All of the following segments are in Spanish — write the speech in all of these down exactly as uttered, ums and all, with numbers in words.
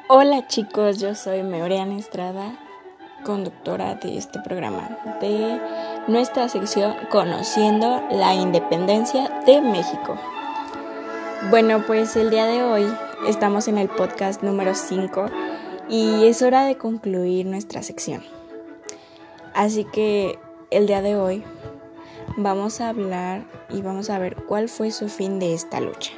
Hola chicos, yo soy Meoriana Estrada, conductora de este programa de nuestra sección Conociendo la Independencia de México. Bueno, pues el día de hoy estamos en el podcast número cinco y es hora de concluir nuestra sección. Así que el día de hoy vamos a hablar y vamos a ver cuál fue su fin de esta lucha.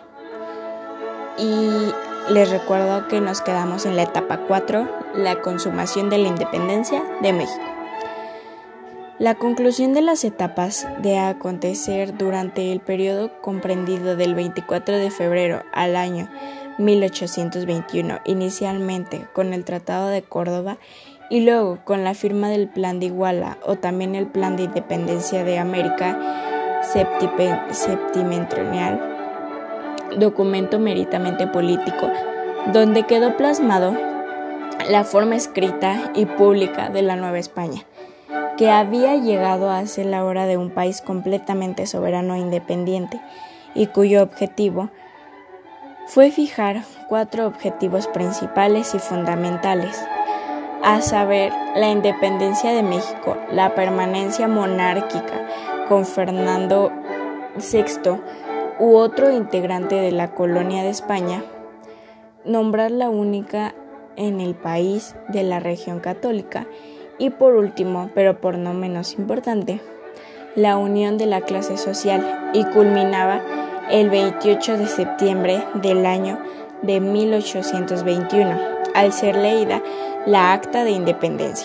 Y les recuerdo que nos quedamos en la etapa cuatro, la consumación de la independencia de México. La conclusión de las etapas de acontecer durante el periodo comprendido del veinticuatro de febrero al año mil ochocientos veintiuno, inicialmente con el Tratado de Córdoba y luego con la firma del Plan de Iguala o también el Plan de Independencia de América Septentrional, documento meritamente político, donde quedó plasmado la forma escrita y pública de la Nueva España, que había llegado a ser la hora de un país completamente soberano e independiente, y cuyo objetivo fue fijar cuatro objetivos principales y fundamentales, a saber, la independencia de México, la permanencia monárquica con Fernando sexto u otro integrante de la colonia de España, nombrar la única en el país de la región católica y por último, pero por no menos importante, la unión de la clase social, y culminaba el veintiocho de septiembre del año de mil ochocientos veintiuno, al ser leída la Acta de Independencia.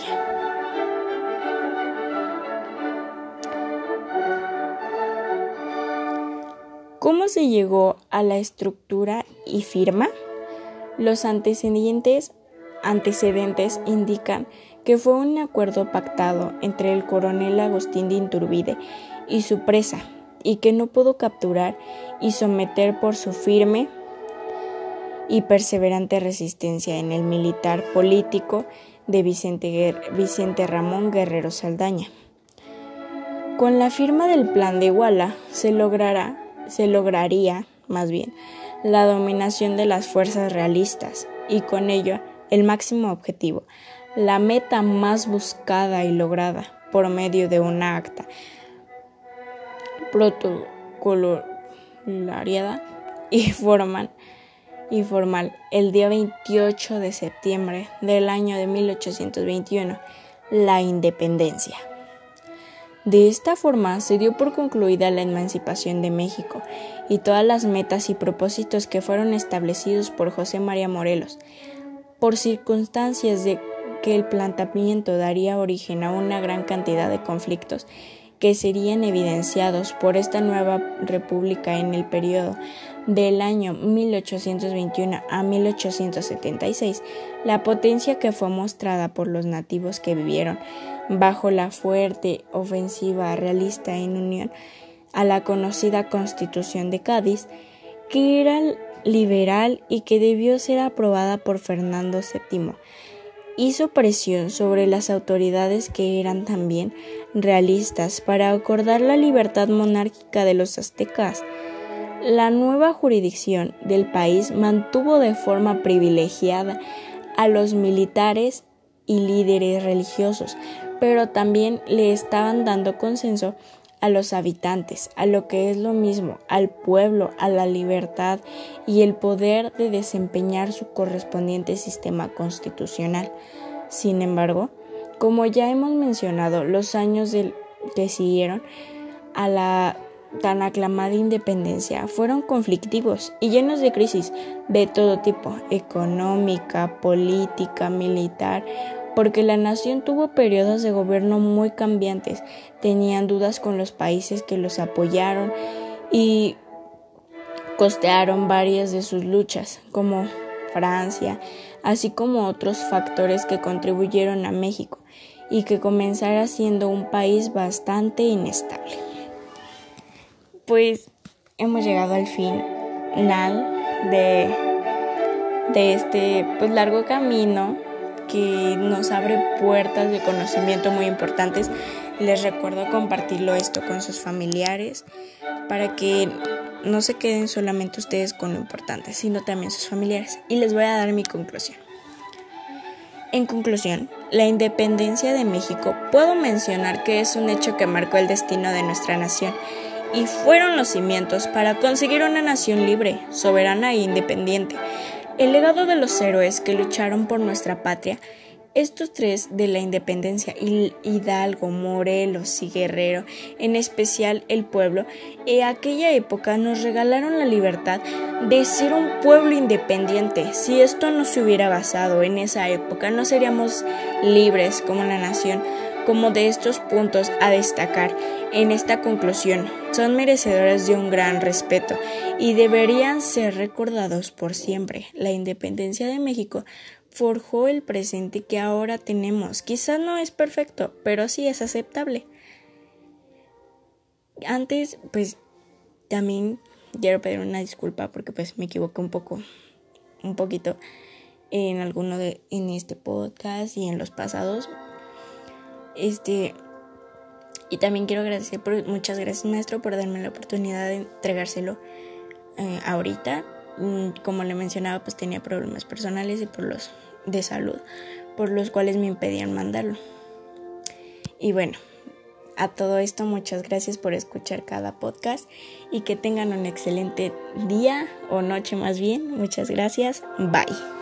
¿Cómo se llegó a la estructura y firma? Los antecedentes, antecedentes indican que fue un acuerdo pactado entre el coronel Agustín de Iturbide y su presa, y que no pudo capturar y someter por su firme y perseverante resistencia en el militar político de Vicente, Guer- Vicente Ramón Guerrero Saldaña. Con la firma del Plan de Iguala se logrará se lograría, más bien, la dominación de las fuerzas realistas y con ello el máximo objetivo, la meta más buscada y lograda por medio de una acta protocolariada y formal, y formal el día veintiocho de septiembre del año de mil ochocientos veintiuno, la independencia. De esta forma se dio por concluida la emancipación de México y todas las metas y propósitos que fueron establecidos por José María Morelos, por circunstancias de que el planteamiento daría origen a una gran cantidad de conflictos que serían evidenciados por esta nueva república en el periodo del año mil ochocientos veintiuno a mil ochocientos setenta y seis, la potencia que fue mostrada por los nativos que vivieron bajo la fuerte ofensiva realista en unión a la conocida Constitución de Cádiz, que era liberal y que debió ser aprobada por Fernando séptimo, hizo presión sobre las autoridades que eran también realistas para acordar la libertad monárquica de los aztecas. La nueva jurisdicción del país mantuvo de forma privilegiada a los militares y líderes religiosos, pero también le estaban dando consenso a los habitantes, a lo que es lo mismo, al pueblo, a la libertad y el poder de desempeñar su correspondiente sistema constitucional. Sin embargo, como ya hemos mencionado, los años del que siguieron a la tan aclamada independencia fueron conflictivos y llenos de crisis de todo tipo, económica, política, militar, porque la nación tuvo periodos de gobierno muy cambiantes, tenían dudas con los países que los apoyaron y costearon varias de sus luchas, como Francia, así como otros factores que contribuyeron a México y que comenzara siendo un país bastante inestable. Pues hemos llegado al final de, de este pues, largo camino que nos abre puertas de conocimiento muy importantes. Les recuerdo compartirlo esto con sus familiares para que no se queden solamente ustedes con lo importante, sino también sus familiares. Y les voy a dar mi conclusión. En conclusión, la independencia de México puedo mencionar que es un hecho que marcó el destino de nuestra nación y fueron los cimientos para conseguir una nación libre, soberana e independiente. El legado de los héroes que lucharon por nuestra patria, estos tres de la independencia, Hidalgo, Morelos y Guerrero, en especial el pueblo, en aquella época nos regalaron la libertad de ser un pueblo independiente. Si esto no se hubiera basado en esa época, no seríamos libres como una nación. Como de estos puntos a destacar en esta conclusión, son merecedores de un gran respeto y deberían ser recordados por siempre. La independencia de México forjó el presente que ahora tenemos. Quizás no es perfecto, pero sí es aceptable. Antes, pues, también quiero pedir una disculpa porque pues me equivoqué un poco, un poquito en alguno de, en este podcast y en los pasados. Este, y también quiero agradecer, por, muchas gracias maestro por darme la oportunidad de entregárselo eh, ahorita. Como le mencionaba, pues tenía problemas personales y por los de salud, por los cuales me impedían mandarlo. Y bueno, a todo esto, muchas gracias por escuchar cada podcast y que tengan un excelente día o noche más bien. Muchas gracias. Bye.